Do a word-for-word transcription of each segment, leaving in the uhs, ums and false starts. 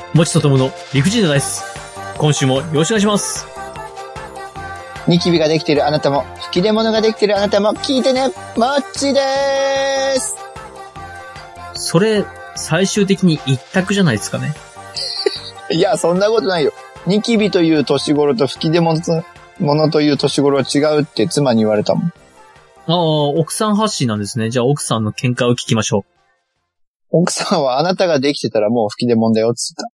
もちとともの理不尽なダイス。今週もよろしくお願いします。 ニキビができているあなたも、吹き出物ができているあなたも、聞いてね、もっちでーす。 それ、最終的に一択じゃないですかね。 いや、そんなことないよ。ニキビという年頃と吹き出物という年頃は違うって妻に言われたもん。 ああ、奥さん発信なんですね。じゃあ奥さんの見解を聞きましょう。 奥さんはあなたができてたらもう吹き出物だよって言った。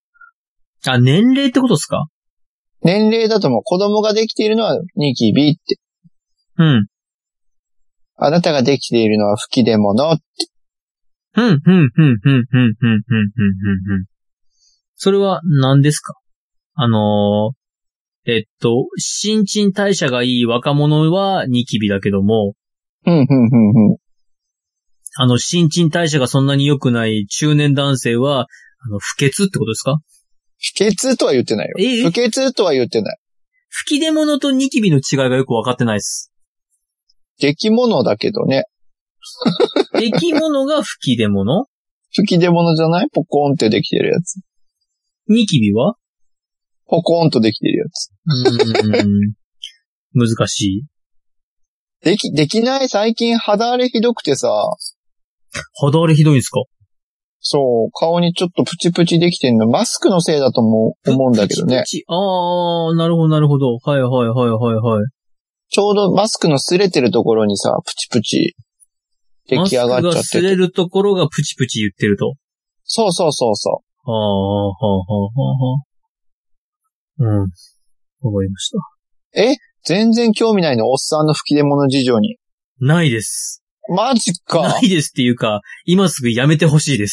あ、年齢ってことですか？ 年齢だともう子供ができているのはニキビって。 うん。 あなたができているのは吹き出物って。 うん、うん、うん、うん、うん、うん、うん、うん、うん。それは何ですか？あのー、えっと、新陳代謝がいい若者はニキビだけども、 うん、うん、うん、うん。 あの、新陳代謝がそんなに良くない中年男性は、あの、不潔ってことですか？ 不潔とは言ってないよ。 え不潔とは言ってない。 吹き出物とニキビの違いがよくわかってないです。 出来物だけどね。 出来物が吹き出物？ 吹き出物じゃない？ポコーンってできてるやつ。 ニキビは？ ポコーンとできてるやつ。 うーん。難しい。 でき、できない？最近肌荒れひどくてさ。 肌荒れひどいんですか？ そう、顔にちょっとプチプチできてんの。マスクのせいだとも思うんだけどね。 プチプチ。あー、なるほどなるほど。はいはいはいはいはい。 ちょうどマスクの擦れてるところにさ、プチプチ出来上がっちゃってて。マスクが擦れるところがプチプチ言ってると。 そうそうそうそう。 あー、はあはあはあはあ。うん。わかりました。 え？全然興味ないの？おっさんの吹き出物事情に。 ないです。 マジか。 ないですっていうか、今すぐやめてほしいです。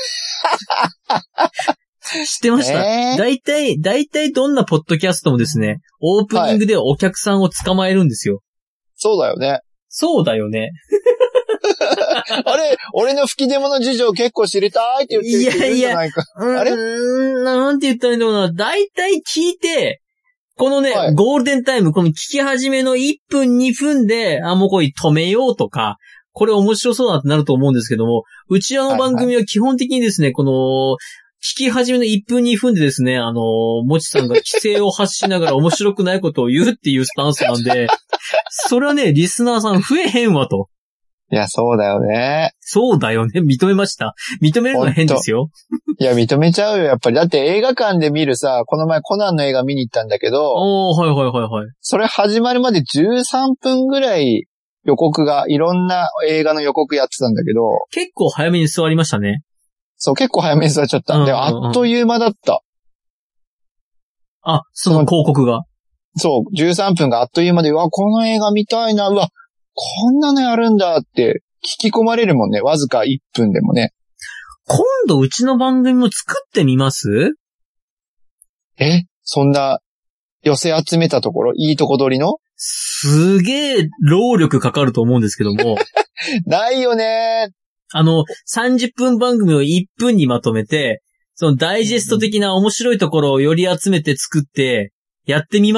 知ってました？ えー、 大体、大体どんなポッドキャストもですね、オープニングでお客さんを捕まえるんですよ。はい、 そうだよね。 そうだよね。 あれ、俺の吹き出物事情結構知りたいって言ってる人いるんじゃないか。 いやいや、あれ？うーん、なんて言ったらいいんだろうな。大体聞いて、このね、はい、ゴールデンタイム、この聞き始めのいっぷんにふんで、あ、もうこれ止めようとか、これ面白そうだってなると思うんですけども、うちらの番組は基本的にですね、はいはい、この、聞き始めのいっぷんにふんでですね、あの、もちさんが規制を発しながら面白くないことを言うっていうスタンスなんで、それはね、リスナーさん増えへんわと。 いや、そうだよね。 そうだよね。認めました。認めるのは変ですよ。 いや、認めちゃうよ、やっぱり。だって映画館で見るさ、この前コナンの映画見に行ったんだけど、 おー、はいはいはいはい。 それ始まるまでじゅうさんぷんぐらい予告が、いろんな映画の予告やってたんだけど、 結構早めに座りましたね。 そう、結構早めに座っちゃった。うんうんうん、で、あっという間だった。 あ、その広告が。 そう、じゅうさんぷんがあっという間で、うわ、この映画見たいな、うわ、こんなのやるんだって聞き込まれるもんね。わずかいっぷんでもね。 今度うちの番組も作ってみます？ え？そんな寄せ集めたところ、いいとこ取りの？ すげえ労力かかると思うんですけども。 ないよねー。 あの、さんじゅっぷん番組をいっぷんにまとめて、そのダイジェスト的な面白いところをより集めて作って、やってみます？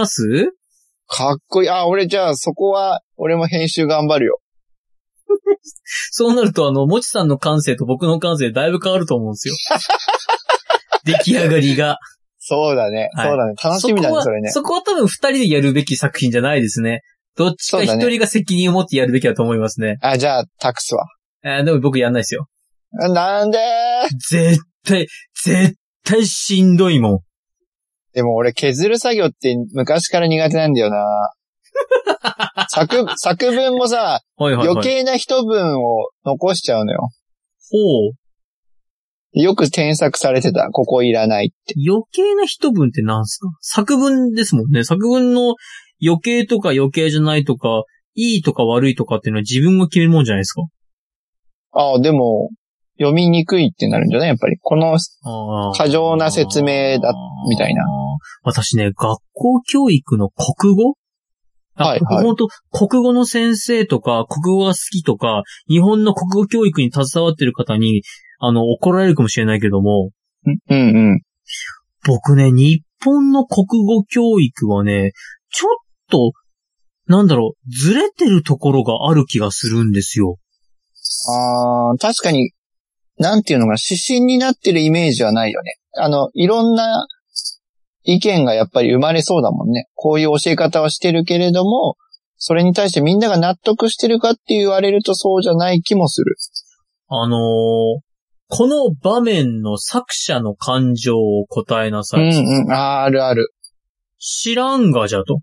かっこいい。あ、俺じゃあそこは、俺も編集頑張るよ。 そうなると、あの、もちさんの感性と僕の感性だいぶ変わると思うんですよ。出来上がりが。 そうだね。はい、そうだね。楽しみだね、それね。 そこは多分二人でやるべき作品じゃないですね。どっちか一人が責任を持ってやるべきだと思いますね。 あ、じゃあ、タクスは。 あ、でも僕やんないですよ。 なんでー？ 絶対、絶対しんどいもん。 でも俺削る作業って昔から苦手なんだよな。作、作文もさ、はいはいはい、余計な一文を残しちゃうのよ。 ほう。 よく添削されてた。ここいらないって。 余計な一文って何すか？作文ですもんね。作文の余計とか余計じゃないとか、いいとか悪いとかっていうのは自分が決めるもんじゃないですか。 ああ、でも、読みにくいってなるんじゃない？やっぱり。この、過剰な説明だ、みたいな。 私ね、学校教育の国語？はいはい。本当国語の先生とか、国語が好きとか、日本の国語教育に携わってる方に、あの、怒られるかもしれないけども。 うんうん。 僕ね、日本の国語教育はね、ちょっと、なんだろう、ずれてるところがある気がするんですよ。 あー、確かに、なんていうのが指針になってるイメージはないよね。 あの、いろんな意見がやっぱり生まれそうだもんね。こういう教え方はしてるけれども、それに対してみんなが納得してるかって言われるとそうじゃない気もする。 あのー、この場面の作者の感情を答えなさい。 うんうん、あ, あるある。 知らんがじゃと。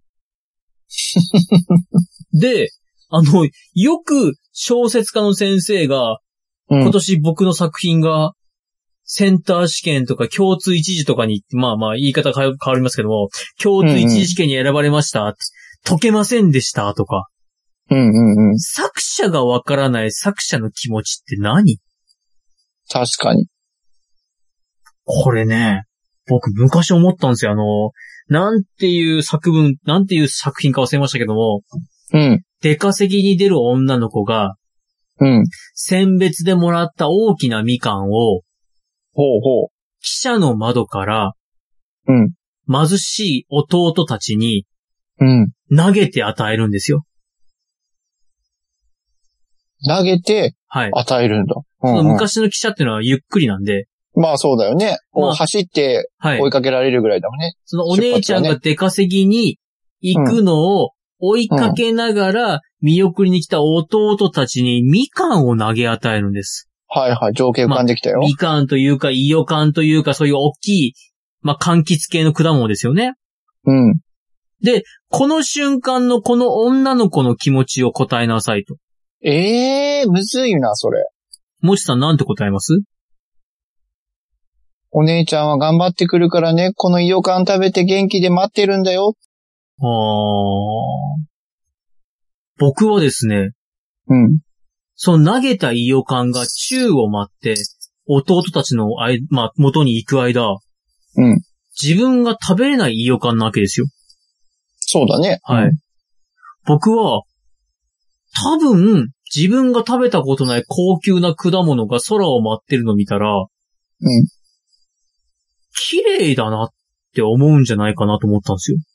で、あの、よく小説家の先生が、うん、今年僕の作品が、センター試験とか共通一次とかに、まあまあ言い方変わりますけども、共通一次試験に選ばれました、うんうん、解けませんでしたとか。 うんうんうん。 作者がわからない作者の気持ちって何？ 確かに。 これね、僕昔思ったんですよ。あの、なんていう作文、なんていう作品か忘れましたけども、 うん。 出稼ぎに出る女の子が、 うん。 選別でもらった大きなみかんを、 ほうほう。 汽車の窓から、 うん。 貧しい弟たちに、 うん。 投げて与えるんですよ。 投げて、 はい。 与えるんだ。 はい、うんうん、昔の汽車っていうのはゆっくりなんで。 まあそうだよね。まあ、走って追いかけられるぐらいだもんね。はい、 そのお姉ちゃんが出稼ぎに行くのを追いかけながら見送りに来た弟たちにみかんを投げ与えるんです。 はいはい、情景浮かんできたよ。 まあ、みかんというか、イヨカンというか、そういう大きい、まあ、柑橘系の果物ですよね。 うん。 で、この瞬間のこの女の子の気持ちを答えなさいと。 ええー、むずいな、それ。 もちさんなんて答えます？ お姉ちゃんは頑張ってくるからね、このイヨカン食べて元気で待ってるんだよ。 あー。僕はですね。 うん。 その投げたイヨカンが宙を舞って、弟たちのあい、まあ、元に行く間、 うん。 自分が食べれないイヨカンなわけですよ。 そうだね。 はい。うん、僕は、多分、自分が食べたことない高級な果物が空を舞ってるのを見たら、うん。綺麗だなって思うんじゃないかなと思ったんですよ。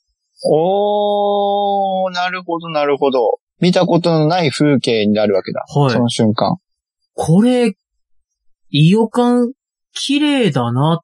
おー、なるほど、なるほど。見たことのない風景になるわけだ。はい。その瞬間。 これ、イヨカン、綺麗だなって、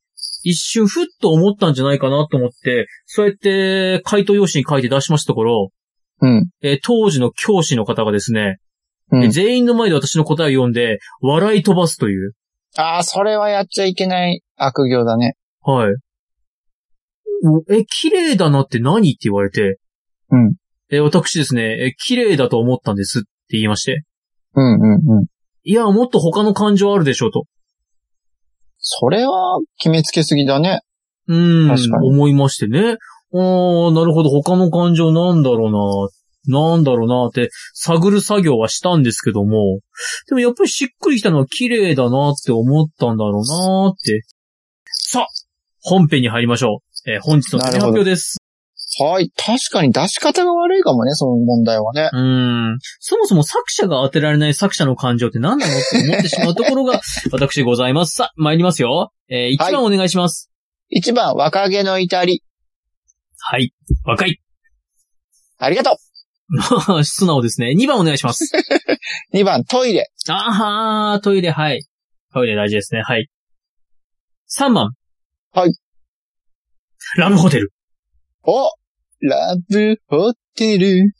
一瞬ふっと思ったんじゃないかなと思って、そうやって回答用紙に書いて出しましたところ、 うん。 え当時の教師の方がですね、 うん、 全員の前で私の答えを読んで、笑い飛ばすという。 ああ、それはやっちゃいけない悪行だね。 はい。え、綺麗だなって何って言われて、 うん。 え、私ですね、え、綺麗だと思ったんですって言いまして。 うんうんうん。 いや、もっと他の感情あるでしょと。 それは決めつけすぎだね。 うーん、確かに思いましてね。あー、なるほど、他の感情なんだろうな、なんだろうなって探る作業はしたんですけども、でもやっぱりしっくりきたのは綺麗だなって思ったんだろうなって。さあ、本編に入りましょう。えー、本日の発表です。 はい。確かに出し方が悪いかもね、その問題はね。 うーん。そもそも作者が当てられない作者の感情って何なのって思ってしまうところが私ございます。さあ、参りますよ。えー、いちばんお願いします。 はい、いちばん、若気の至り。 はい。若い。 ありがとう。まあ、素直ですね。にばんお願いします。 にばん、トイレ。 あー、トイレ、はい。トイレ大事ですね。はい。さんばん。 はい。 ラブホテル。 おラブホテル。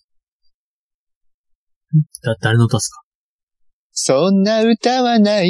だ、誰の歌っすか？ そんな歌はない。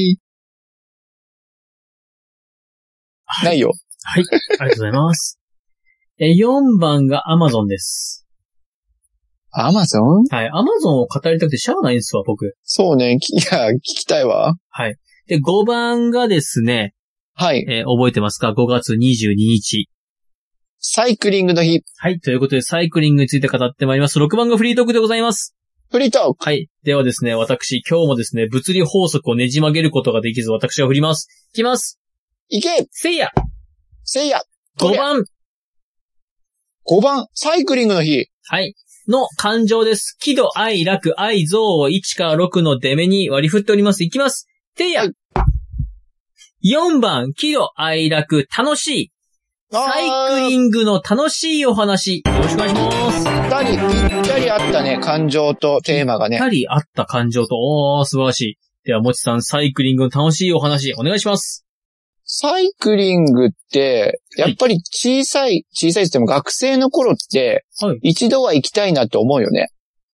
はい、ないよ。 はい。ありがとうございます。え、よんばんがアマゾンです。 アマゾン？ はい。アマゾンを語りたくてしゃあないんですわ、僕。 そうね。いや、聞きたいわ。 はい。で、ごばんがですね。 はい。 えー、覚えてますか？ ご 月にじゅうににち。 サイクリングの日。 はい。ということで、サイクリングについて語ってまいります。ろくばんがフリートークでございます。 フリートーク。 はい。ではですね、私、今日もですね、物理法則をねじ曲げることができず、私が振ります。いきます。 いけせいやせいやごばんごばん、サイクリングの日。 はい。の感情です。喜怒哀楽愛憎をいちからろくの出目に割り振っております。いきます。せいや、はい、よんばん、喜怒哀楽楽しい。サイクリングの楽しいお話。よろしくお願いします。 ぴったり、ぴったりあったね、感情とテーマがね。 ぴったりあった感情と、おー、素晴らしい。では、もちさん、サイクリングの楽しいお話、お願いします。 サイクリングって、やっぱり小さい、小さいって言っても学生の頃って、一度は行きたいなって思うよね。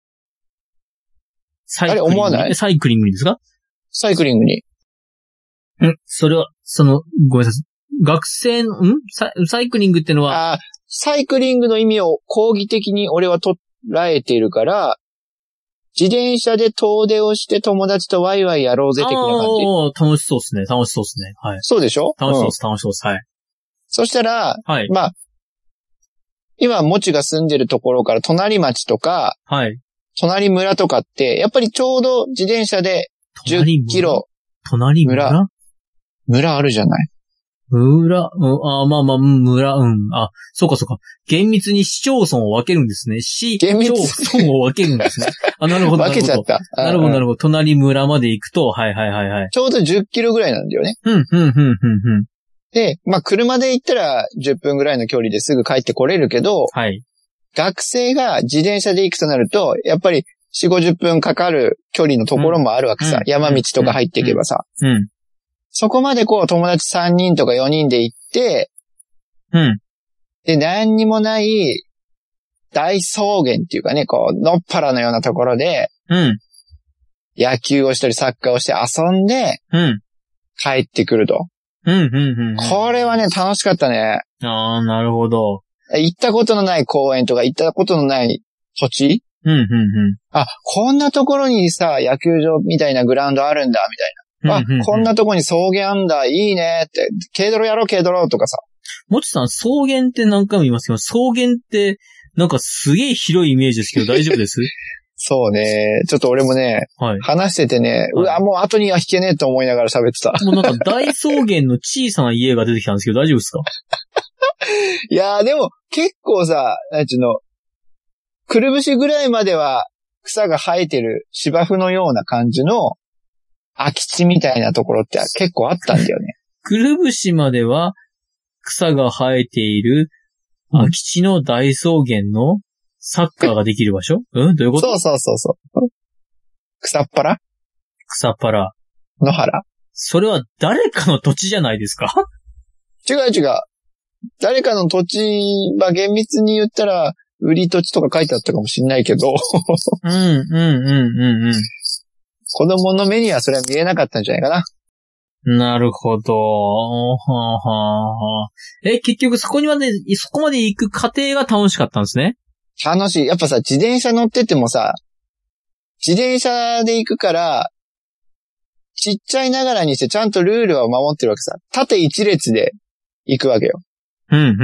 サイクリング。あれ思わないサイクリングにですか？ サイクリングに。 んそれは、その、ごめんなさい。学生の、んササイクリングってのは。 ああ、サイクリングの意味を講義的に俺は捉えているから、自転車で遠出をして友達とワイワイやろうぜ的な感じ。 ああ、楽しそうですね。楽しそうですね。はい。 そうでしょ？ 楽しそうです、うん、楽しそうです。はい。 そしたら、 はい。 まあ、今、もちが住んでるところから隣町とか、 はい。 隣村とかって、やっぱりちょうど自転車でじゅっキロ。 隣村？ 村、村あるじゃない。 村、うん、あ、まあまあ、村、うん。あ、そうかそうか。厳密に市町村を分けるんですね。市町村を分けるんですね。あ、なるほど。 分けちゃった。 なるほど、なるほど。隣村まで行くと、はいはいはいはい。 ちょうどじゅっキロぐらいなんだよね。 うん、うん、うん、うん、うん。 で、まあ、車で行ったらじゅっぷんぐらいの距離ですぐ帰ってこれるけど、 はい。 学生が自転車で行くとなると、やっぱりよん、ごじゅっぷんかかる距離のところもあるわけさ。うん、山道とか入っていけばさ。 うん。うん、 そこまでこう友達さんにんとかよにんで行って、 うん。 で、何にもない大草原っていうかね、こう、のっぱらのようなところで、 うん。 野球をしたりサッカーをして遊んで、 うん。 帰ってくると。 うん、うん、うん。 これはね、楽しかったね。 ああ、なるほど。 行ったことのない公園とか行ったことのない土地？ うん、うん、うん。 あ、こんなところにさ、野球場みたいなグラウンドあるんだ、みたいな。あ、うんうんうん、こんなとこに草原あんだ、いいねって、軽泥やろう、軽泥とかさ。 もちさん、草原って何回も言いますけど、草原って、なんかすげえ広いイメージですけど、大丈夫ですそうね。ちょっと俺もね、はい、話しててね、うわ、もう後には引けねえと思いながら喋ってた。 もうなんか大草原の小さな家が出てきたんですけど、大丈夫ですか？ いやー、でも結構さ、なんちゅうの、くるぶしぐらいまでは草が生えてる芝生のような感じの、空き地みたいなところって結構あったんだよね。 くるぶしまでは草が生えている空き地の大草原のサッカーができる場所？うんどういうこと？ そうそうそうそう。草っぱら？ 草っぱら。 野原？ それは誰かの土地じゃないですか？ 違う違う。誰かの土地は厳密に言ったら売り土地とか書いてあったかもしんないけど。 うんうんうんうんうん。 子供の目にはそれは見えなかったんじゃないかな。 なるほど。はあはあ、え、結局そこにまで、そこまで行く過程が楽しかったんですね。 楽しい。やっぱさ、自転車乗っててもさ、自転車で行くから、ちっちゃいながらにしてちゃんとルールは守ってるわけさ。縦一列で行くわけよ。 うん、うん、うん、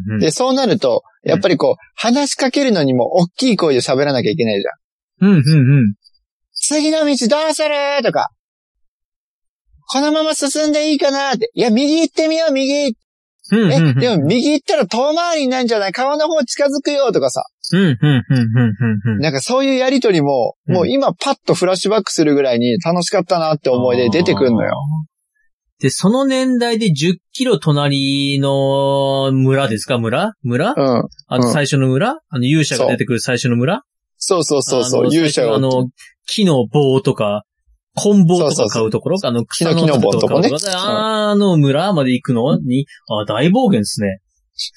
うん。 で、そうなると、やっぱりこう、話しかけるのにも大きい声で喋らなきゃいけないじゃん。うん、うん、うん。 次の道どうするとか、このまま進んでいいかなって。いや、右行ってみよう、右。 うんうんうん、 え、でも右行ったら遠回りになるんじゃない？川の方近づくよとかさ。 うんうんうんうんうん、 なんかそういうやりとりも、うん、もう今パッとフラッシュバックするぐらいに楽しかったなって思い出出てくるのよ。 で、その年代でじゅっキロ隣の村ですか？村村うん。 あの最初の村、うん、あの勇者が出てくる最初の村そうそうそうそう、勇者を。 あの、木の棒とか、棍棒とか買うところ、 そうそうそう、 あの、草の木とか買うところ、ね、あの村まで行くのに、あ、大冒険ですね。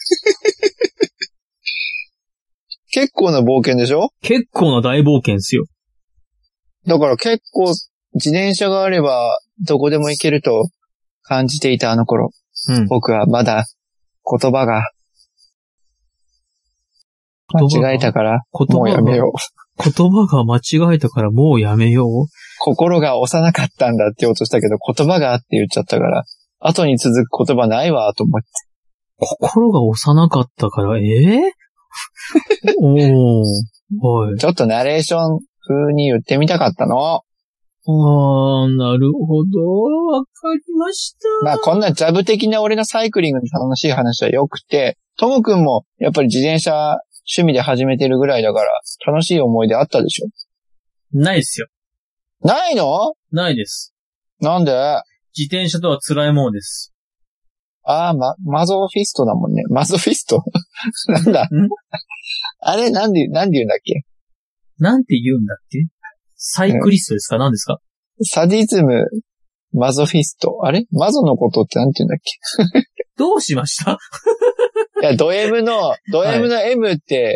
結構な冒険でしょ？ 結構な大冒険ですよ。 だから結構、自転車があれば、どこでも行けると感じていたあの頃。うん、僕はまだ、言葉が、間違えたから、もうやめよう。 言葉が間違えたからもうやめよう。 心が幼かったんだって言おうとしたけど、言葉があって言っちゃったから、後に続く言葉ないわ、と思って。 心が幼かったから、ええー、おー、はい。 ちょっとナレーション風に言ってみたかったの。 あー、なるほど。わかりました。 まあ、こんなジャブ的な俺のサイクリングの楽しい話は良くて、ともくんもやっぱり自転車趣味で始めてるぐらいだから、楽しい思い出あったでしょ？ ないですよ。 ないの？ ないです。 なんで？ 自転車とは辛いものです。 ああ、ま、マゾフィストだもんね。マゾフィストなんだんあれ、なんで、なんで言うんだっけ？ なんて言うんだっけ？サイクリストですか？何ですか？ サディズムマゾフィスト。あれマゾのことってなんて言うんだっけどうしましたいや、ド M の、ド M の M って、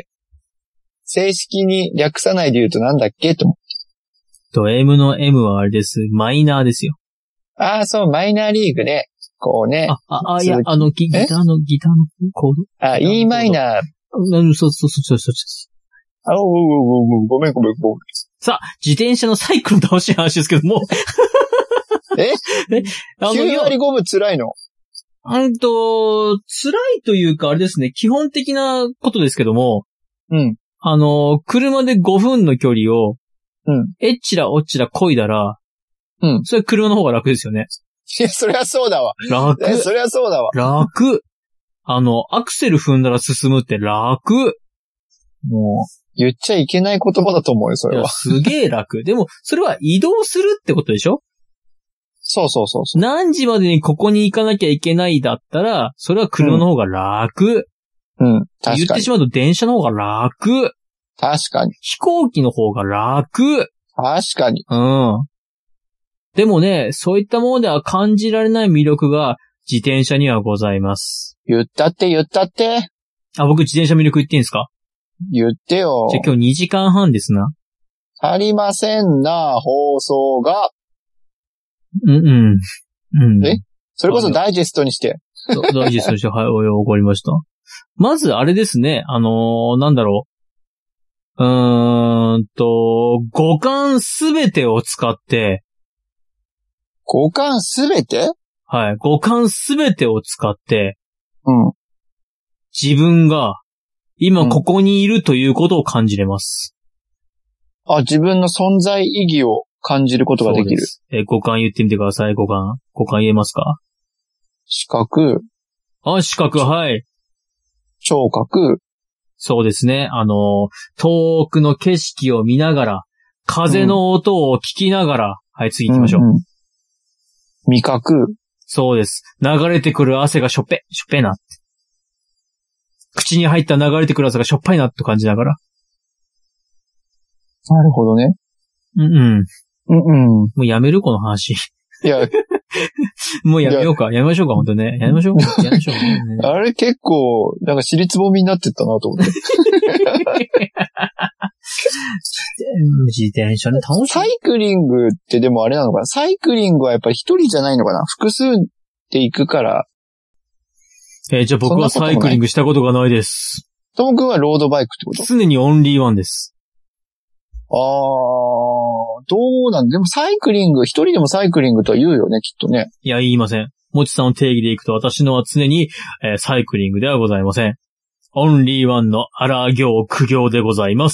正式に略さないで言うとなんだっけと思って。 ド M の M はあれです。マイナーですよ。 ああ、そう、マイナーリーグで、こうね。 あ、あ、あいや、あのギ、ギターの、ギターのコードあ、E マイナー。 うん、そうそうそうそうそう。 あ、おうおうおうおうごめんごめんごめん。 さあ、自転車のサイクルの楽しい話ですけども。 ええあの、 きゅう割ごぶ辛いのうんと、辛いというか、あれですね、基本的なことですけども、 うん。 あの、車でごふんの距離を、 うん。 えっちらおっちら漕いだら、 うん。 それ車の方が楽ですよね。 いや、そりゃそうだわ。 楽。 え、そりゃそうだわ。 楽。あの、アクセル踏んだら進むって楽。 もう、言っちゃいけない言葉だと思うよ、それは。 すげえ楽。でも、それは移動するってことでしょ？ そうそうそうそう。 何時までにここに行かなきゃいけないだったら、それは車の方が楽。 うん、うん、確かに。 言ってしまうと電車の方が楽。 確かに。 飛行機の方が楽。 確かに。 うん。でもね、そういったものでは感じられない魅力が自転車にはございます。 言ったって言ったって。 あ、僕自転車魅力言っていいんですか？ 言ってよ。 じゃあ今日にじかんはんですな。 足りませんな、放送が。 うんうん。うん、 えそれこそダイジェストにして。 ダイジェストにして、はい、わかりました。まずあれですね、あのー、なんだろう。うーんと、五感すべてを使って、 五感すべて？ はい。五感すべてを使って、 うん。 自分が今ここにいるということを感じれます。 うん、あ、自分の存在意義を感じることができる。 えー、五感言ってみてください、五感。五感言えますか？ 視覚。 あ、視覚、はい。 聴覚。 そうですね。あの、遠くの景色を見ながら、風の音を聞きながら、うん、はい、次行きましょう。うんうん、 味覚。 そうです。流れてくる汗がしょっぺ、しょっぺな。口に入った流れてくる汗がしょっぱいなって感じながら。 なるほどね。 うんうん。 うんうん。 もうやめるこの話。 いや。 もうやめようか。やめましょうか、ほんとね。やめましょうか。やめましょう、ね。 あれ結構、なんか尻つぼみになってったなと思って。 自転車ね、楽しい。 サイクリングってでもあれなのかな？サイクリングはやっぱり一人じゃないのかな？複数で行くから。 えー、じゃあ僕はサイクリングしたことがないです。 ともくんはロードバイクってこと？ 常にオンリーワンです。 あー、どうなんでもサイクリング、一人でもサイクリングとは言うよね、きっとね。 いや、言いません。もちさんの定義でいくと私のは常に、えー、サイクリングではございません。オンリーワンの荒行苦行でございます。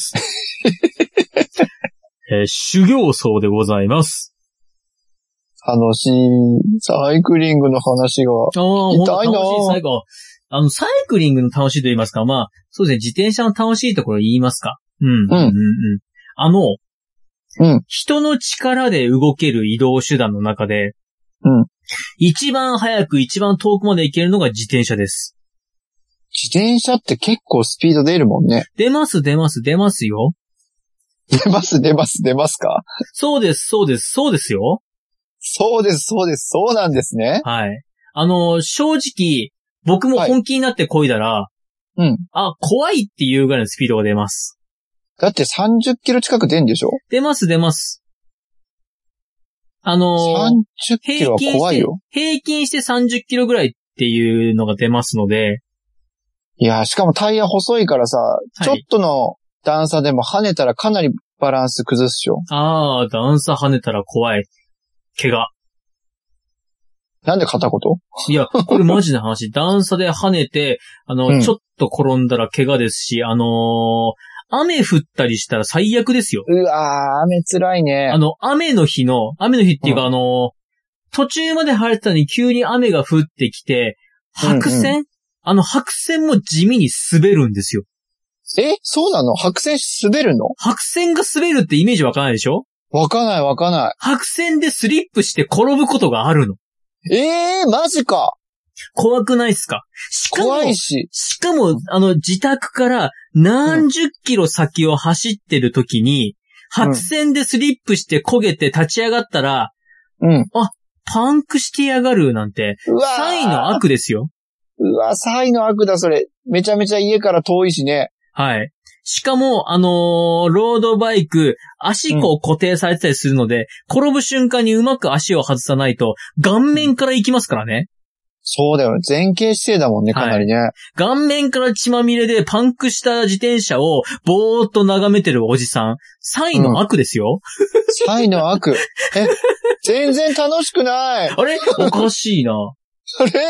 えー、修行僧でございます。 楽しい、サイクリングの話が。 ああ、痛いな。楽しいサイクル。あの、サイクリングの楽しいと言いますか、まあ、そうですね、自転車の楽しいところ言いますか。うん。うん。うん。うん。あの、うん。人の力で動ける移動手段の中で、うん。一番早く一番遠くまで行けるのが自転車です。 自転車って結構スピード出るもんね。 出ます、出ます、出ますよ。 出ます、出ます、出ますか？ そうです、そうです、そうですよ。 そうです、そうです、そうなんですね。 はい。あの、正直、僕も本気になって漕いだら、はい、うん。あ、怖いっていうぐらいのスピードが出ます。 だってさんじゅっキロ近く出んでしょ？ 出ます、出ます。あのー、 さんじゅっキロは怖いよ。 平均してさんじゅっキロぐらいっていうのが出ますので。 いや、しかもタイヤ細いからさ、はい、ちょっとの段差でも跳ねたらかなりバランス崩すでしょ？ ああ、段差跳ねたら怖い。怪我。 なんで片言？ いや、これマジな話。段差で跳ねて、あの、うん、ちょっと転んだら怪我ですし、あのー、雨降ったりしたら最悪ですよ。 うわー、雨辛いね。 あの、雨の日の、雨の日っていうか、うん、あの、途中まで晴れてたのに急に雨が降ってきて、白線、うんうん、あの白線も地味に滑るんですよ。 え、そうなの？白線滑るの？ 白線が滑るってイメージわかんないでしょ？ わかんないわかんない。 白線でスリップして転ぶことがあるの。 えー、マジか。 怖くないっすか？しかも、 怖いし。 しかも、あの、自宅から何十キロ先を走ってる時に、うん、白線でスリップして焦げて立ち上がったら、うん。あ、 パンクしてやがるなんて、 うわーサイの悪ですよ。 うわ、サイの悪だ、それ。めちゃめちゃ家から遠いしね。 はい。しかも、あのー、ロードバイク、足こう固定されてたりするので、うん、転ぶ瞬間にうまく足を外さないと、顔面から行きますからね。 そうだよ。前傾姿勢だもんね、かなりね。はい、 顔面から血まみれでパンクした自転車をぼーっと眺めてるおじさん。サイの悪ですよ。 うん、サイの悪。え、全然楽しくない。 あれおかしいな。 あれ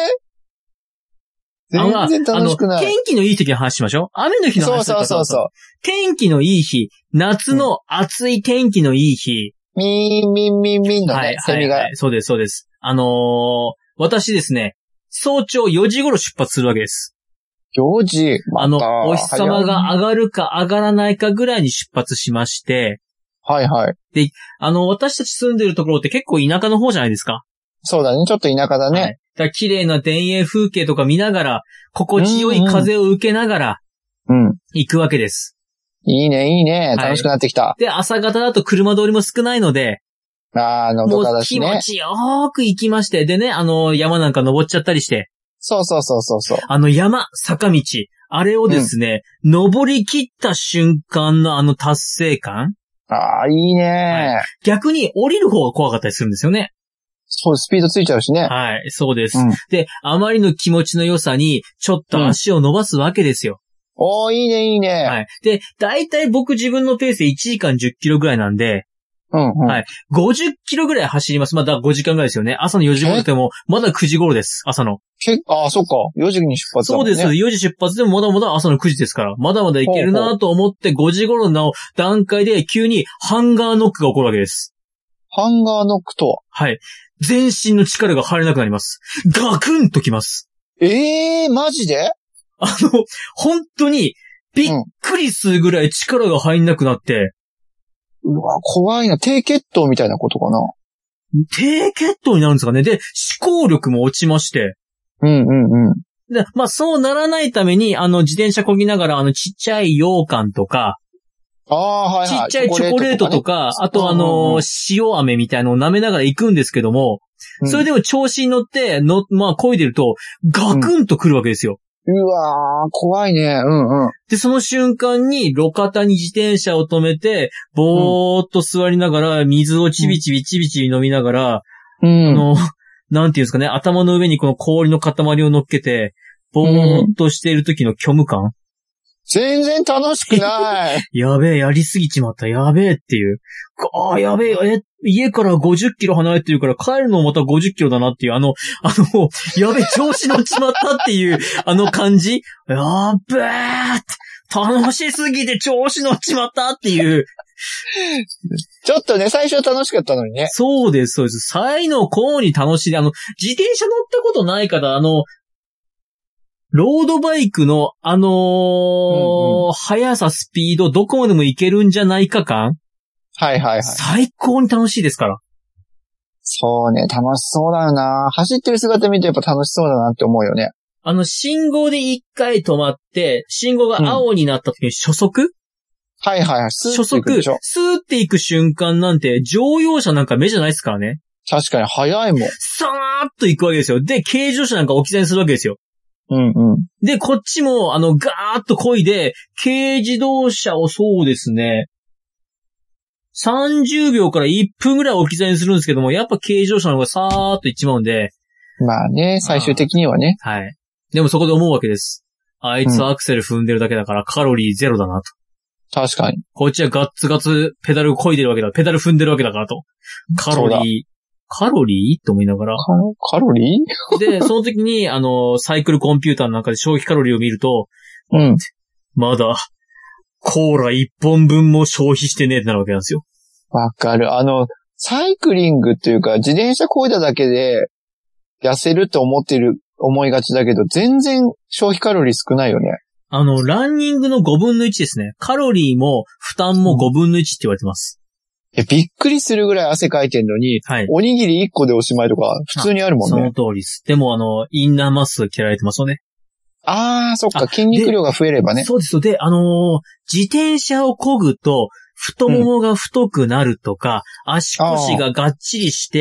全然楽しくない。 天気のいい時の話しましょう。雨の日の話しましょう。そうそうそうそう。天気のいい日、夏の暑い天気のいい日。 うん、みーみんみんみんのね、はい、セミが、はいはい。 そうです、そうです。あのー、私ですね、早朝よじ頃出発するわけです。 よじ、 ま、あの、お日様が上がるか上がらないかぐらいに出発しまして。 はいはい。 で、あの、私たち住んでるところって結構田舎の方じゃないですか。 そうだね、ちょっと田舎だね。はい、 だ綺麗な田園風景とか見ながら、心地よい風を受けながら、 うん。 行くわけです。 いいね、いいね。楽しくなってきた。 はい、で、朝方だと車通りも少ないので、 あー、のどかだしね。 もう気持ちよーく行きまして、でね、あの、山なんか登っちゃったりして。 そうそうそうそうそう。 あの山、坂道、あれをですね、うん、登り切った瞬間のあの達成感。 あー、いいね、 はい。逆に降りる方が怖かったりするんですよね。 そう、スピードついちゃうしね。 はい、そうです、 うん。 で、あまりの気持ちの良さに、ちょっと足を伸ばすわけですよ。 うん、おー、いいね、いいね。 はい。で、だいたい僕自分のペースでいちじかんじゅっキロぐらいなんで、 うんうん、 はい。ごじゅっキロぐらい走ります。まあ、だからごじかんぐらいですよね。朝のよじ頃でも、まだくじ頃です。朝の。 けああ、そっか。よじに出発だもんね。 そうです。よじ出発でもまだまだ朝のくじですから。まだまだいけるなと思ってごじ頃の段階で急にハンガーノックが起こるわけです。 ハンガーノックとは？ はい。全身の力が入れなくなります。ガクンときます。 ええー、マジで？ あの、本当にびっくりするぐらい力が入んなくなって、 うわ、怖いな。低血糖みたいなことかな。 低血糖になるんですかね。で、思考力も落ちまして。 うんうんうん。 で、まあそうならないために、あの、自転車漕ぎながら、あの、ちっちゃい羊羹とか、 ああ、はいはい。 ちっちゃいチョコレートとか、あとあの、塩飴みたいなのを舐めながら行くんですけども、うん、それでも調子に乗って、の、まあ、漕いでると、ガクンと来るわけですよ。 うん、うわー、怖いね。うんうん。 で、その瞬間に、路肩に自転車を止めて、ぼーっと座りながら、水をちびちびちびちび飲みながら、うん、あの、なんていうんですかね、頭の上にこの氷の塊を乗っけて、ぼーっとしている時の虚無感、うん、 全然楽しくない。 やべえ、やりすぎちまった、やべえっていう。ああ、やべえ、え、家からごじゅっキロ離れてるから帰るのもまたごじゅっキロだなっていう、あの、あの、やべえ、調子乗っちまったっていう、あの感じ。やべえ、楽しすぎて調子乗っちまったっていう。 ちょっとね、最初楽しかったのにね。 そうです、そうです。才の功に楽しい。あの、自転車乗ったことない方、あの、ロードバイクの、あのーうんうん、速さ、スピード、どこまでも行けるんじゃないか感？ はいはいはい。 最高に楽しいですから。 そうね、楽しそうだよな。走ってる姿見てやっぱ楽しそうだなって思うよね。 あの、信号で一回止まって、信号が青になった時に初速、うん、 はいはいはい。 スーッていくでしょ。初速、スーっていく瞬間なんて、乗用車なんか目じゃないですからね。 確かに速いもん。 さーっと行くわけですよ。で、軽自動車なんか置き去にするわけですよ。 うんうん。 で、こっちも、あの、ガーッと漕いで、軽自動車をそうですね、さんじゅうびょうからいっぷんぐらい置き去にするんですけども、やっぱ軽自動車の方がさーっと行っちまうんで。 まあね、最終的にはね。 はい。でもそこで思うわけです。あいつアクセル踏んでるだけだからカロリーゼロだなと。 確かに。 こっちはガッツガツペダル漕いでるわけだ。ペダル踏んでるわけだからと。カロリー。カロリーと思いながら。 カロリーで、その時に、あの、サイクルコンピューターの中で消費カロリーを見ると、 うん。 まだ、コーラいっぽんぶんも消費してねえってなるわけなんですよ。 わかる。あの、サイクリングっていうか、自転車漕いだだけで、痩せると思ってる、思いがちだけど、全然消費カロリー少ないよね。 あの、ランニングのごぶんのいちですね。カロリーも負担もごぶんのいちって言われてます。 え、びっくりするぐらい汗かいてんのに、はい、おにぎりいっこでおしまいとか、普通にあるもんね。 その通りです。でも、あの、インナーマッスル切られてますよね。 あー、そっか、筋肉量が増えればね。 そうです。で、あのー、自転車を漕ぐと、太ももが太くなるとか、うん、足腰ががっちりして、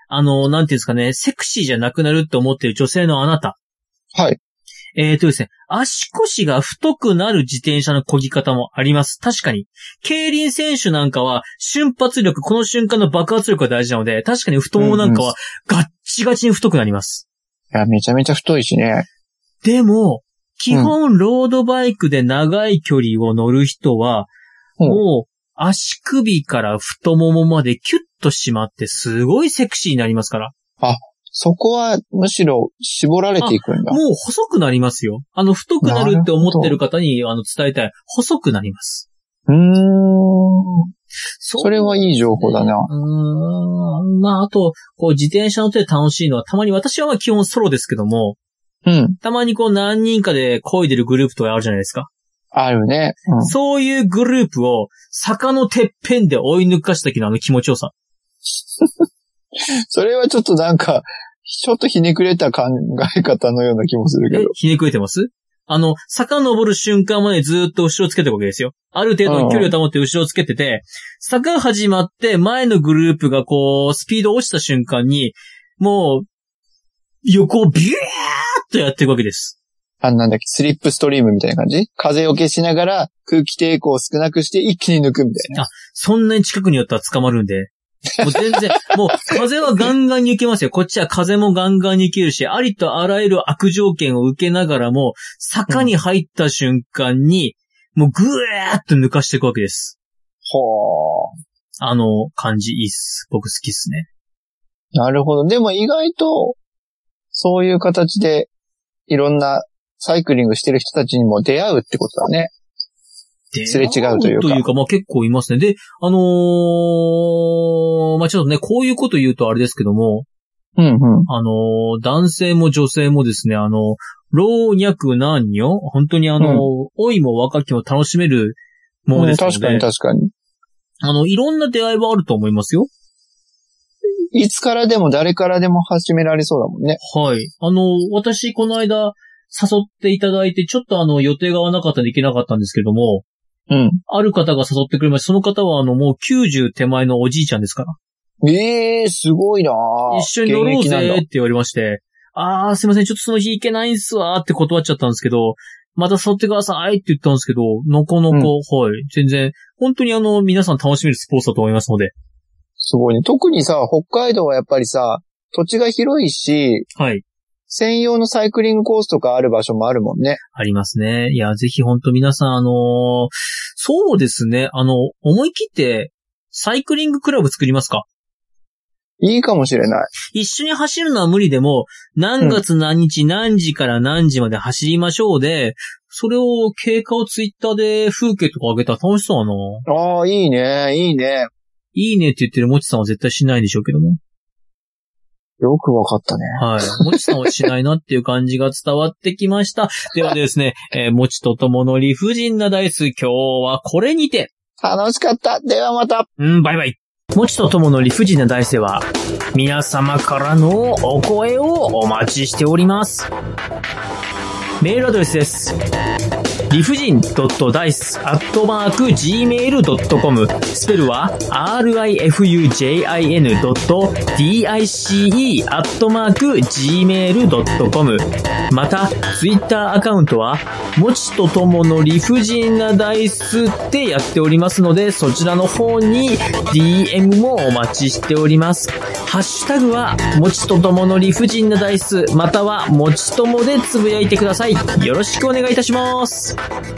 あの、なんていうんですかね、セクシーじゃなくなるって思っている女性のあなた。 はい。 えーとですね、足腰が太くなる自転車の漕ぎ方もあります。確かに。競輪選手なんかは瞬発力、この瞬間の爆発力が大事なので、確かに太ももなんかはガッチガチに太くなります。 うんうん、いや、めちゃめちゃ太いしね。 でも、基本ロードバイクで長い距離を乗る人は、うん、もう足首から太ももまでキュッと締まってすごいセクシーになりますから。 あ、そこはむしろ絞られていくんだ。 もう細くなりますよ。あの、太くなるって思ってる方にあの伝えたい。細くなります。 うーん。そ, それはいい情報だな。 うーん。まあ、あと、こう自転車乗って楽しいのは、たまに私はまあ基本ソロですけども、 うん。 たまにこう何人かで漕いでるグループとかあるじゃないですか。 あるね。うん、 そういうグループを坂のてっぺんで追い抜かした時のあの気持ちよさ。 それはちょっとなんか、ちょっとひねくれた考え方のような気もするけど。 え、ひねくれてます？あの、坂登る瞬間までずっと後ろつけてるわけですよ。ある程度の距離を保って後ろつけてて、坂始まって前のグループがこう、スピード落ちた瞬間に、もう、横をビューっとやっていくわけです。 あ、なんだっけ、スリップストリームみたいな感じ？風を消しながら空気抵抗を少なくして一気に抜くみたいな。 あ、そんなに近くに寄ったら捕まるんで。もう全然、もう風はガンガンに受けますよ。こっちは風もガンガンに受けるし、ありとあらゆる悪条件を受けながらも、坂に入った瞬間に、もうぐーっと抜かしていくわけです。 ほー。 あの感じいいっす。僕好きっすね。 なるほど。でも意外と、そういう形で、いろんなサイクリングしてる人たちにも出会うってことだね。すれ違うというか。 というか、まあ結構いますね。で、あのー、まあちょっとね、こういうこと言うとあれですけども、 うんうん。 あのー、男性も女性もですね、あの、老若男女、本当にあの、うん、老いも若きも楽しめるものですので、うん、 確かに確かに。 あの、いろんな出会いはあると思いますよ。 いつからでも誰からでも始められそうだもんね。 はい。あの、私、この間、誘っていただいて、ちょっとあの、予定が合わなかったんで行けなかったんですけども、 うん。 ある方が誘ってくれました。その方はあの、もうきゅうじゅう手前のおじいちゃんですから。 ええー、すごいな一緒に乗ろうぜって言われまして、あー、すいません、ちょっとその日行けないんすわーって断っちゃったんですけど、また誘ってくださいって言ったんですけど、なかなか、うん、はい、全然、本当にあの、皆さん楽しめるスポーツだと思いますので。 すごいね。特にさ、北海道はやっぱりさ、土地が広いし、 はい。 専用のサイクリングコースとかある場所もあるもんね。 ありますね。いや、ぜひ本当皆さん、あのー、そうですね、あの、思い切って、サイクリングクラブ作りますか？ いいかもしれない。 一緒に走るのは無理でも、何月何日何時から何時まで走りましょうで、うん、それを経過をツイッターで風景とか上げたら楽しそうだな。 ああ、いいね、いいね。 いいねって言ってるもちさんは絶対しないでしょうけども。 よくわかったね。 はい。もちさんはしないなっていう感じが伝わってきました。ではですね、えー、もちとともの理不尽なダイス、今日はこれにて。 楽しかった。ではまた。 うん、バイバイ。もちとともの理不尽なダイスでは、皆様からのお声をお待ちしております。メールアドレスです。理不尽 .dice アットマーク ジーメール ドットコム スペルは アールアイエフユージェイアイエヌ ドット ディーアイシーイー アットマーク ジーメール ドットコム また、ツイッターアカウントはもちとともの理不尽なダイスってやっておりますので、そちらの方に ディーエム もお待ちしております。ハッシュタグはもちとともの理不尽なダイスまたはもちともでつぶやいてください。よろしくお願いいたします。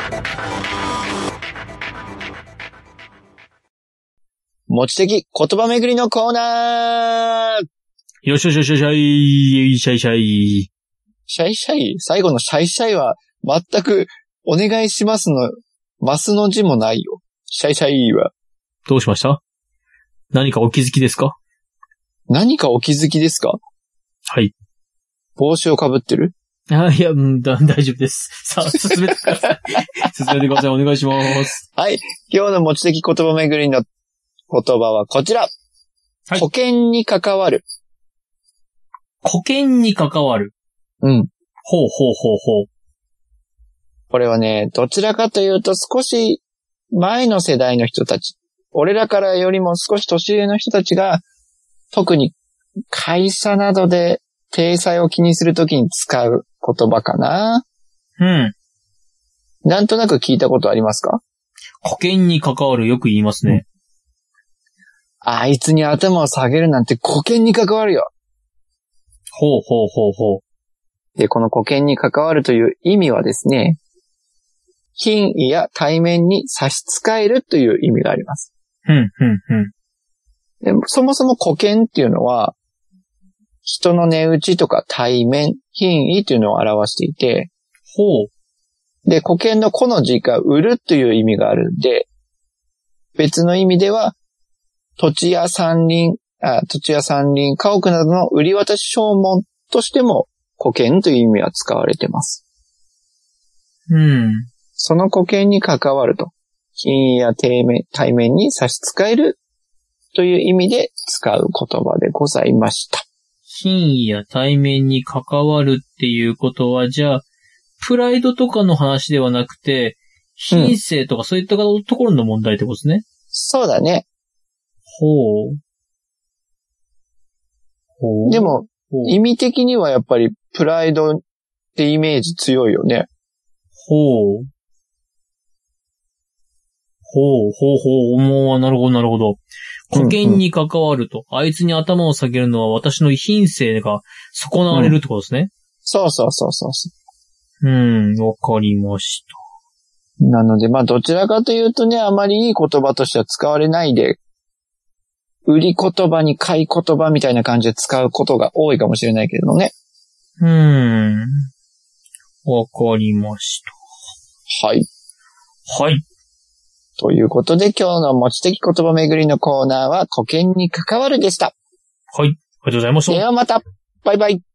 もち的言葉巡りのコーナー。 よしよしよしよしい、シャイシャイ。 シャイシャイ最後のシャイシャイは全くお願いしますの、マスの字もないよ。シャイシャイは。 どうしました？何かお気づきですか？ 何かお気づきですか？ はい。 帽子をかぶってる？ あ、いや、うん、だ、大丈夫です。さあ、進めてください。進めてください。お願いします。 はい。今日の持ち的言葉巡りの言葉はこちら。はい、保険に関わる。 保険に関わる。 うん。 ほうほうほうほう。 これはね、どちらかというと少し前の世代の人たち、俺らからよりも少し年上の人たちが特に会社などで体裁を気にするときに使う言葉かな。 うん。 なんとなく聞いたことありますか？ 保険に関わるよく言いますね。 あいつに頭を下げるなんて保険に関わるよ。 ほうほうほうほう。 で、この保険に関わるという意味はですね、品位や対面に差し支えるという意味があります。 うん、うん、うん。 でそもそも保険っていうのは、人の値打ちとか対面、品位というのを表していて、 ほう。 で、保険のこの字が売るという意味があるんで、別の意味では、土地や山林、あ土地や山林、家屋などの売り渡し証文としても保険という意味は使われています。 うん。 その保険に関わると、品位や対面、対面に差し支えるという意味で使う言葉でございました。 品位や対面に関わるっていうことは、じゃあ、プライドとかの話ではなくて、品性とかそういったところの問題ってことですね。うん、 そうだね。 ほう。 ほう。でも、意味的にはやっぱりプライドってイメージ強いよね。 ほう。ほう、ほう、ほう、もう、なるほど、なるほど。保険に関わると、うんうん、あいつに頭を下げるのは私の品性が損なわれるってことですね。うん、 そうそうそうそう。 うん、わかりました。 なので、まあ、どちらかというとね、あまりいい言葉としては使われないで、売り言葉に買い言葉みたいな感じで使うことが多いかもしれないけれどもね。 うーん。わかりました。 はい。 はい。 ということで、今日の持ち的言葉巡りのコーナーは、保険に関わるでした。 はい。ありがとうございました。 ではまた。バイバイ。